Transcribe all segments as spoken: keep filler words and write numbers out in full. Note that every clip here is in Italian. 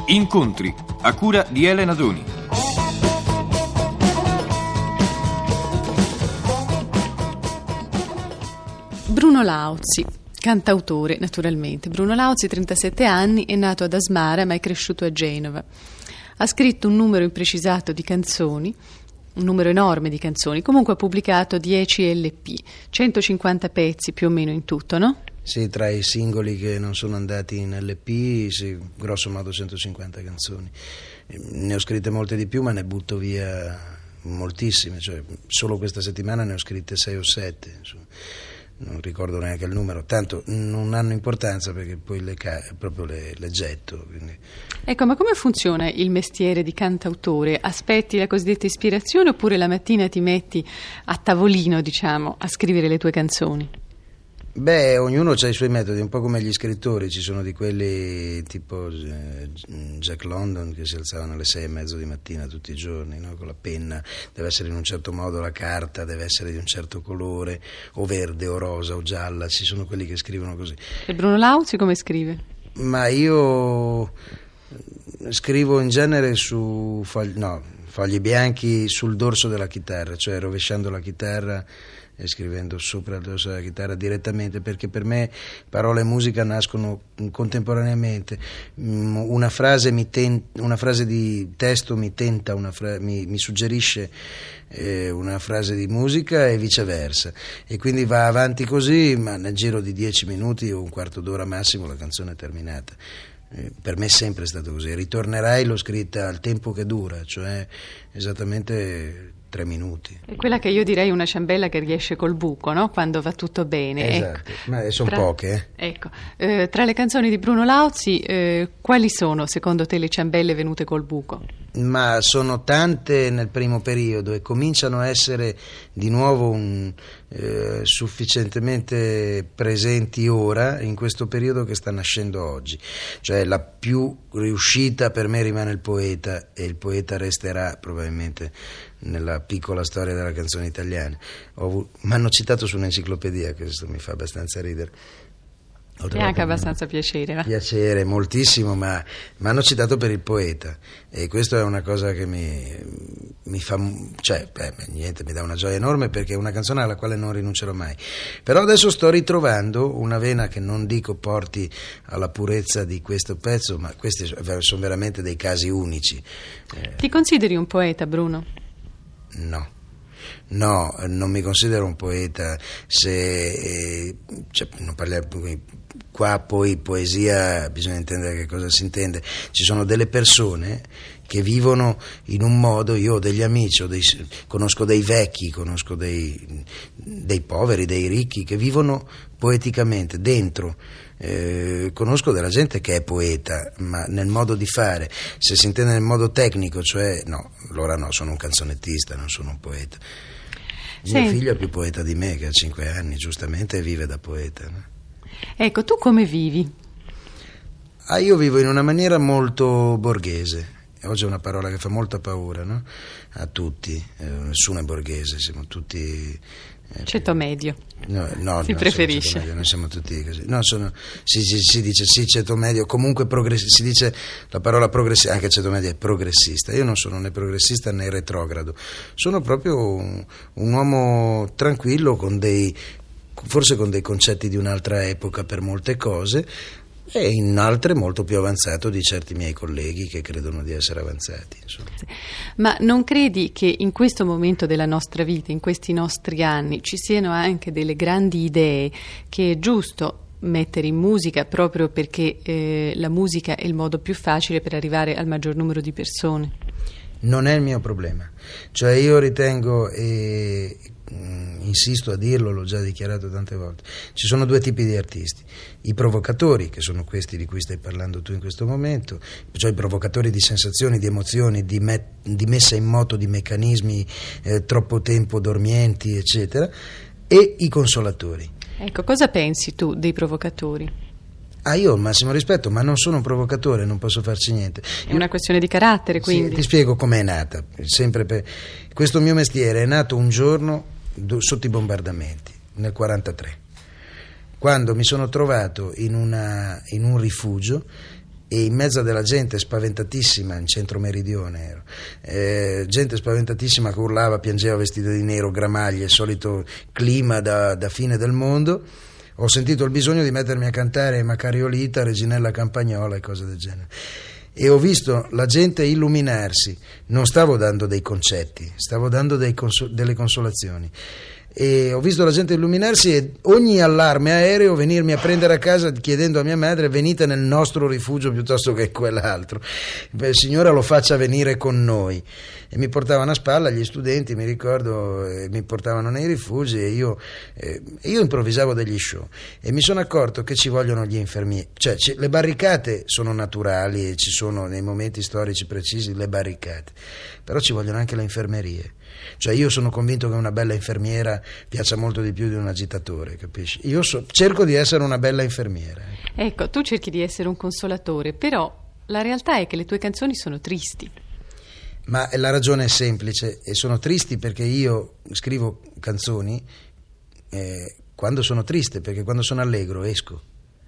Incontri, a cura di Elena Doni. Bruno Lauzi, cantautore naturalmente. Bruno Lauzi, trentasette anni, è nato ad Asmara ma è cresciuto a Genova. Ha scritto un numero imprecisato di canzoni, un numero enorme di canzoni, comunque ha pubblicato dieci L P, centocinquanta pezzi più o meno in tutto, no? Sì, tra i singoli che non sono andati in L P, sì, grosso modo centocinquanta canzoni. Ne ho scritte molte di più, ma ne butto via moltissime, cioè solo questa settimana ne ho scritte sei o sette, insomma. Non ricordo neanche il numero, tanto non hanno importanza perché poi le ca- proprio le, le getto. Quindi. Ecco, ma come funziona il mestiere di cantautore? Aspetti la cosiddetta ispirazione oppure la mattina ti metti a tavolino, diciamo, a scrivere le tue canzoni? Beh, ognuno ha i suoi metodi, un po' come gli scrittori, ci sono di quelli tipo eh, Jack London che si alzavano alle sei e mezzo di mattina tutti i giorni, no? Con la penna, deve essere in un certo modo la carta, deve essere di un certo colore, o verde o rosa o gialla, ci sono quelli che scrivono così. E Bruno Lauzi come scrive? Ma io scrivo in genere su fogli, no, fogli bianchi sul dorso della chitarra, cioè rovesciando la chitarra e scrivendo sopra il dorso della chitarra direttamente, perché per me parola e musica nascono contemporaneamente. Una frase, mi ten, una frase di testo mi tenta, una fra, mi, mi suggerisce eh, una frase di musica e viceversa, e quindi va avanti così, ma nel giro di dieci minuti o un quarto d'ora massimo la canzone è terminata. Eh, per me è sempre stato così. Ritornerai l'ho scritta al tempo che dura, cioè esattamente tre minuti. È quella che io direi una ciambella che riesce col buco, no? Quando va tutto bene. Esatto, ecco. Ma sono tra, poche. Eh? Ecco, eh, tra le canzoni di Bruno Lauzi, eh, quali sono secondo te le ciambelle venute col buco? Ma sono tante nel primo periodo e cominciano a essere di nuovo un, eh, sufficientemente presenti ora in questo periodo che sta nascendo oggi. Cioè la più riuscita per me rimane il poeta, e il poeta resterà probabilmente nella piccola storia della canzone italiana. Mi hanno citato su un'enciclopedia, questo mi fa abbastanza ridere. E anche abbastanza piacere, va? Piacere, moltissimo, ma mi hanno citato per il poeta, e questo è una cosa che mi, mi fa, cioè, beh, niente, mi dà una gioia enorme, perché è una canzone alla quale non rinuncerò mai. Però adesso sto ritrovando una vena che non dico porti alla purezza di questo pezzo, ma questi sono veramente dei casi unici. Ti consideri un poeta, Bruno? No. No, non mi considero un poeta. Se eh, cioè, non parliamo qua, poi poesia bisogna intendere che cosa si intende. Ci sono delle persone che vivono in un modo, io ho degli amici, ho dei, conosco dei vecchi, conosco dei, dei poveri, dei ricchi che vivono poeticamente dentro. Eh, conosco della gente che è poeta, ma nel modo di fare, se si intende nel modo tecnico, cioè no, allora no, sono un canzonettista, non sono un poeta. Mio Sì. figlio è più poeta di me, che ha cinque anni, giustamente, e vive da poeta, no? Ecco, tu come vivi? Ah, io vivo in una maniera molto borghese. Oggi è una parola che fa molta paura, no? A tutti, eh, nessuno è borghese, siamo tutti eh, ceto medio. No, no, si no, preferisce. Medio, noi siamo tutti così. No, sono, si, si, si dice sì, ceto medio, comunque progress, si dice la parola progressista, anche ceto medio è progressista. Io non sono né progressista né retrogrado, sono proprio un, un uomo tranquillo, con dei, forse con dei concetti di un'altra epoca per molte cose, e in altre molto più avanzato di certi miei colleghi che credono di essere avanzati, insomma. Ma non credi che in questo momento della nostra vita, in questi nostri anni, ci siano anche delle grandi idee che è giusto mettere in musica, proprio perché eh, la musica è il modo più facile per arrivare al maggior numero di persone? Non è il mio problema, cioè io ritengo, e insisto a dirlo, l'ho già dichiarato tante volte, ci sono due tipi di artisti: i provocatori, che sono questi di cui stai parlando tu in questo momento, cioè i provocatori di sensazioni, di emozioni, di, met- di messa in moto di meccanismi eh, troppo tempo dormienti, eccetera, e i consolatori. Ecco, cosa pensi tu dei provocatori? Ah, io ho il massimo rispetto, ma non sono un provocatore, non posso farci niente. È una questione di carattere, quindi. Sì, ti spiego com'è nata. Sempre per... Questo mio mestiere è nato un giorno sotto i bombardamenti, nel quarantatré, quando mi sono trovato in, una, in un rifugio e in mezzo a della gente spaventatissima, in centro meridione ero, eh, gente spaventatissima che urlava, piangeva vestita di nero, gramaglie, il solito clima da, da fine del mondo, ho sentito il bisogno di mettermi a cantare Macariolita, Reginella Campagnola e cose del genere, e ho visto la gente illuminarsi. Non stavo dando dei concetti, stavo dando dei consol- delle consolazioni, e ho visto la gente illuminarsi e ogni allarme aereo venirmi a prendere a casa chiedendo a mia madre: venite nel nostro rifugio piuttosto che quell'altro, beh, signora lo faccia venire con noi. E mi portavano a spalla gli studenti, mi ricordo, eh, mi portavano nei rifugi e io, eh, io improvvisavo degli show, e mi sono accorto che ci vogliono gli infermieri, cioè ci, le barricate sono naturali e ci sono nei momenti storici precisi le barricate, però ci vogliono anche le infermerie. Cioè io sono convinto che una bella infermiera piaccia molto di più di un agitatore, capisci? Io so, cerco di essere una bella infermiera. Ecco, tu cerchi di essere un consolatore, però la realtà è che le tue canzoni sono tristi. Ma la ragione è semplice, e sono tristi perché io scrivo canzoni eh, quando sono triste, perché quando sono allegro esco.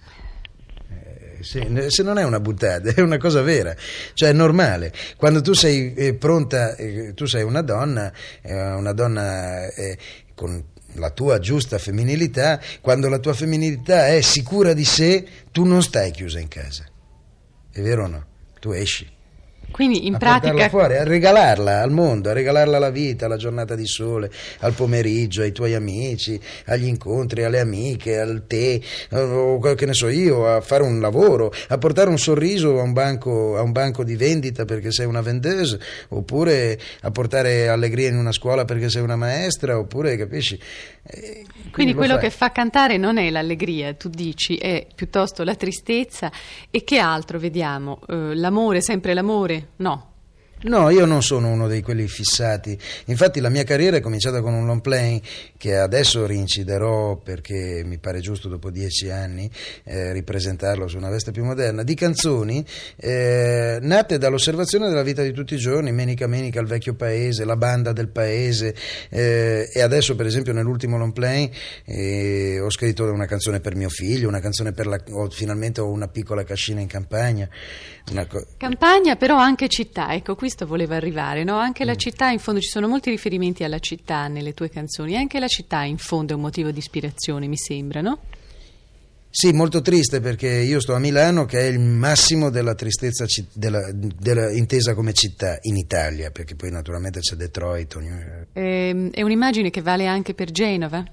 Se non è una buttata, è una cosa vera, cioè è normale. Quando tu sei eh, pronta, eh, tu sei una donna, eh, una donna eh, con la tua giusta femminilità, quando la tua femminilità è sicura di sé, tu non stai chiusa in casa, è vero o no? Tu esci. Quindi in a pratica fuori, a regalarla al mondo, a regalarla alla vita, alla giornata di sole, al pomeriggio, ai tuoi amici, agli incontri, alle amiche, al tè, o che ne so io, a fare un lavoro, a portare un sorriso a un banco, a un banco di vendita perché sei una vendeuse, oppure a portare allegria in una scuola perché sei una maestra, oppure, capisci? Eh, quindi, quindi quello fai. Che fa cantare non è l'allegria, tu dici, è piuttosto la tristezza. E che altro vediamo? Eh, l'amore, sempre l'amore? No. No, io non sono uno di quelli fissati. Infatti la mia carriera è cominciata con un long play che adesso rinciderò perché mi pare giusto dopo dieci anni eh, ripresentarlo su una veste più moderna, di canzoni eh, nate dall'osservazione della vita di tutti i giorni, Menica Menica, il vecchio paese, la banda del paese eh, e adesso per esempio nell'ultimo long play eh, ho scritto una canzone per mio figlio, una canzone per la... ho, finalmente ho una piccola cascina in campagna. Una co- campagna però anche città, ecco questo volevo arrivare, no? Anche la città, in fondo ci sono molti riferimenti alla città nelle tue canzoni, anche la città in fondo è un motivo di ispirazione, mi sembra, no? Sì, molto triste perché io sto a Milano che è il massimo della tristezza della, della, intesa come città in Italia, perché poi naturalmente c'è Detroit. Ehm, è un'immagine che vale anche per Genova?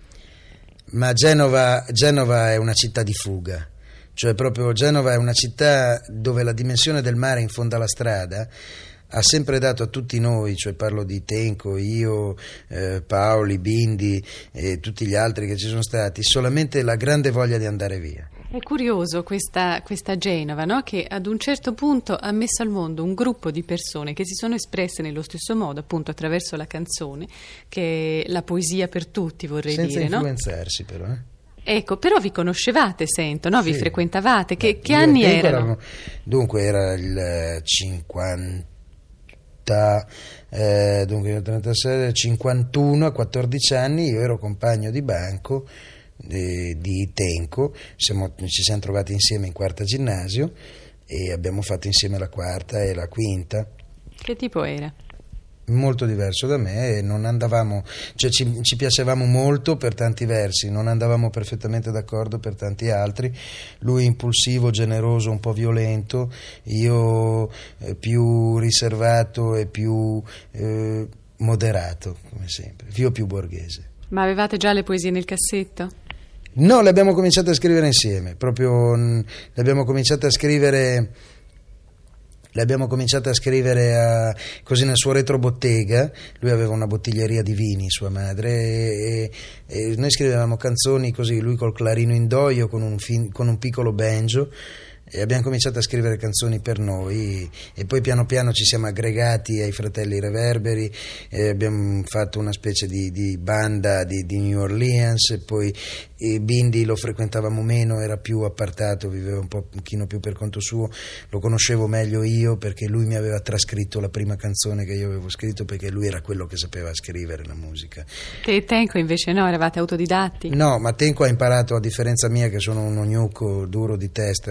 Ma Genova, Genova è una città di fuga. Cioè proprio Genova è una città dove la dimensione del mare in fondo alla strada ha sempre dato a tutti noi, cioè parlo di Tenco, io, eh, Paoli, Bindi e tutti gli altri che ci sono stati, solamente la grande voglia di andare via. È curioso questa, questa Genova, no? Che ad un certo punto ha messo al mondo un gruppo di persone che si sono espresse nello stesso modo, appunto attraverso la canzone, che è la poesia per tutti, vorrei Senza dire, no? Senza influenzarsi però, eh? Ecco, però vi conoscevate, sento, no? Vi sì. frequentavate, che, Beh, che anni erano? Eravamo, dunque era il cinquanta, eh, dunque trentasei, cinquantuno, a quattordici anni, io ero compagno di banco eh, di Tenco, siamo, ci siamo trovati insieme in quarta ginnasio e abbiamo fatto insieme la quarta e la quinta. Che tipo era? Molto diverso da me e non andavamo, cioè ci, ci piacevamo molto per tanti versi, non andavamo perfettamente d'accordo per tanti altri, lui impulsivo, generoso, un po' violento, io eh, più riservato e più eh, moderato come sempre, io più borghese. Ma avevate già le poesie nel cassetto? No, le abbiamo cominciate a scrivere insieme, proprio le abbiamo cominciate a scrivere Le abbiamo cominciato a scrivere a, così nel suo retrobottega, lui aveva una bottiglieria di vini, sua madre, e, e noi scrivevamo canzoni così, lui col clarino in do, io con un, fin, con un piccolo banjo, e abbiamo cominciato a scrivere canzoni per noi e poi piano piano ci siamo aggregati ai fratelli Reverberi e abbiamo fatto una specie di, di banda di, di New Orleans e poi e Bindi lo frequentavamo meno, era più appartato, viveva un po' un pochino più per conto suo, lo conoscevo meglio io perché lui mi aveva trascritto la prima canzone che io avevo scritto perché lui era quello che sapeva scrivere la musica. Te e Tenco invece no, eravate autodidatti? No, ma Tenco ha imparato, a differenza mia che sono un ognucco duro di testa, che ci ho messo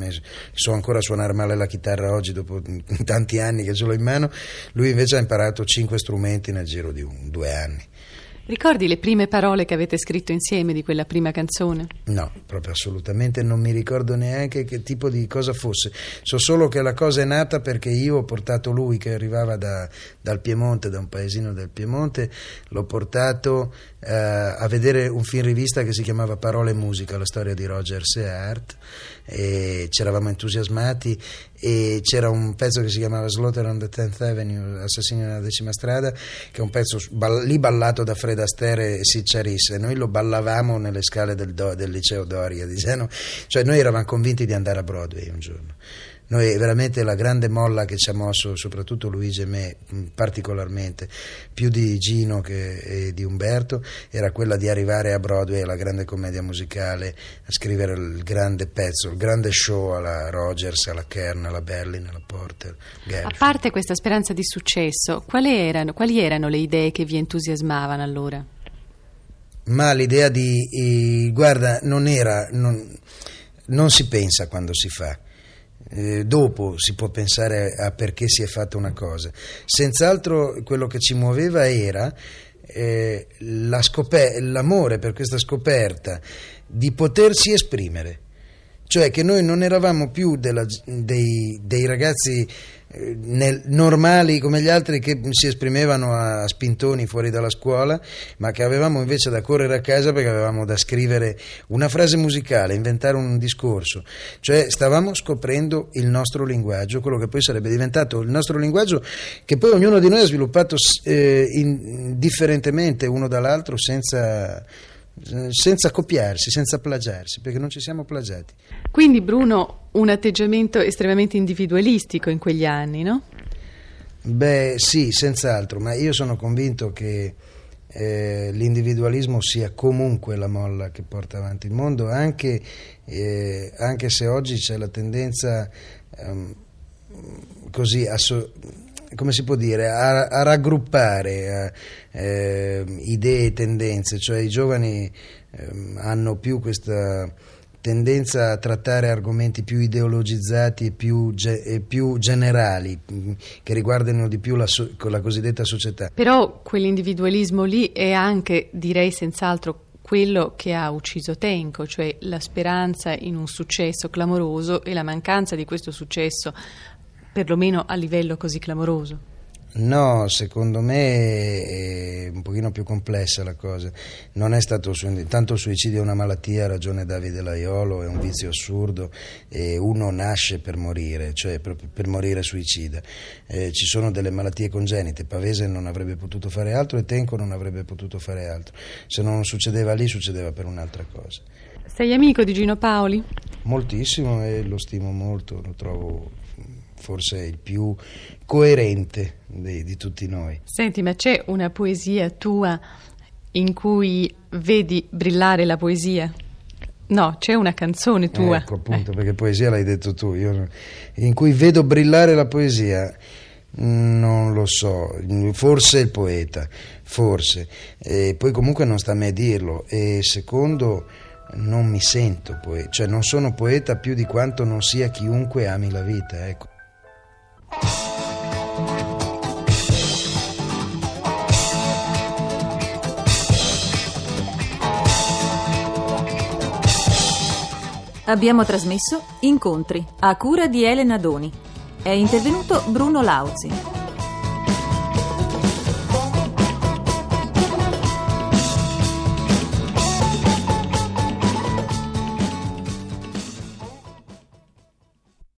so ancora suonare male la chitarra oggi dopo tanti anni che ce l'ho in mano. Lui invece ha imparato cinque strumenti nel giro di un, due anni. Ricordi le prime parole che avete scritto insieme di quella prima canzone? No, proprio assolutamente non mi ricordo neanche che tipo di cosa fosse. So solo che la cosa è nata perché io ho portato lui, che arrivava da, dal Piemonte, da un paesino del Piemonte, l'ho portato eh, a vedere un film rivista che si chiamava Parole e Musica, la storia di Rogers e Hart, e ci eravamo entusiasmati, e c'era un pezzo che si chiamava Slaughter on the tenth Avenue, Assassini nella decima strada, che è un pezzo ball- lì ballato da Fred Astaire e Sid Charisse, e noi lo ballavamo nelle scale del, do- del liceo Doria di Genova. Cioè noi eravamo convinti di andare a Broadway un giorno. Noi veramente la grande molla che ci ha mosso, soprattutto Luigi e me particolarmente, più di Gino che e di Umberto, era quella di arrivare a Broadway, alla grande commedia musicale, a scrivere il grande pezzo, il grande show alla Rogers, alla Kern, alla Berlin, alla Porter. Gelf. A parte questa speranza di successo, quali erano, quali erano le idee che vi entusiasmavano allora? Ma l'idea di eh, guarda, non era non, non si pensa quando si fa. Eh, dopo si può pensare a perché si è fatta una cosa. Senz'altro quello che ci muoveva era eh, la scoper- l'amore per questa scoperta di potersi esprimere, cioè che noi non eravamo più della, dei, dei ragazzi eh, nel, normali come gli altri che si esprimevano a spintoni fuori dalla scuola, ma che avevamo invece da correre a casa perché avevamo da scrivere una frase musicale, inventare un discorso, cioè stavamo scoprendo il nostro linguaggio, quello che poi sarebbe diventato il nostro linguaggio, che poi ognuno di noi ha sviluppato eh, in, differentemente uno dall'altro, senza senza copiarsi, senza plagiarsi, perché non ci siamo plagiati. Quindi Bruno, un atteggiamento estremamente individualistico in quegli anni, no? Beh sì, senz'altro, ma io sono convinto che eh, l'individualismo sia comunque la molla che porta avanti il mondo, anche, eh, anche se oggi c'è la tendenza ehm, così a so- come si può dire, a, a raggruppare a, eh, idee e tendenze, cioè i giovani eh, hanno più questa tendenza a trattare argomenti più ideologizzati e più, ge- e più generali, che riguardano di più la, so- la cosiddetta società. Però quell'individualismo lì è anche, direi senz'altro, quello che ha ucciso Tenco, cioè la speranza in un successo clamoroso e la mancanza di questo successo, perlomeno a livello così clamoroso. No, secondo me è un pochino più complessa la cosa. Non è stato su- tanto il suicidio è una malattia, ha ragione Davide Laiolo, è un vizio assurdo e uno nasce per morire, cioè per, per morire suicida. Eh, ci sono delle malattie congenite, Pavese non avrebbe potuto fare altro e Tenco non avrebbe potuto fare altro. Se non succedeva lì, succedeva per un'altra cosa. Sei amico di Gino Paoli? Moltissimo, e lo stimo molto, lo trovo forse il più coerente di, di tutti noi. Senti, ma c'è una poesia tua in cui vedi brillare la poesia? No, c'è una canzone tua. Ecco, appunto, eh. Perché poesia l'hai detto tu. Io, in cui vedo brillare la poesia, non lo so, forse il poeta, forse. E poi comunque non sta a me dirlo. E secondo, non mi sento poeta, cioè non sono poeta più di quanto non sia chiunque ami la vita, ecco. Abbiamo trasmesso Incontri a cura di Elena Doni. È intervenuto Bruno Lauzi.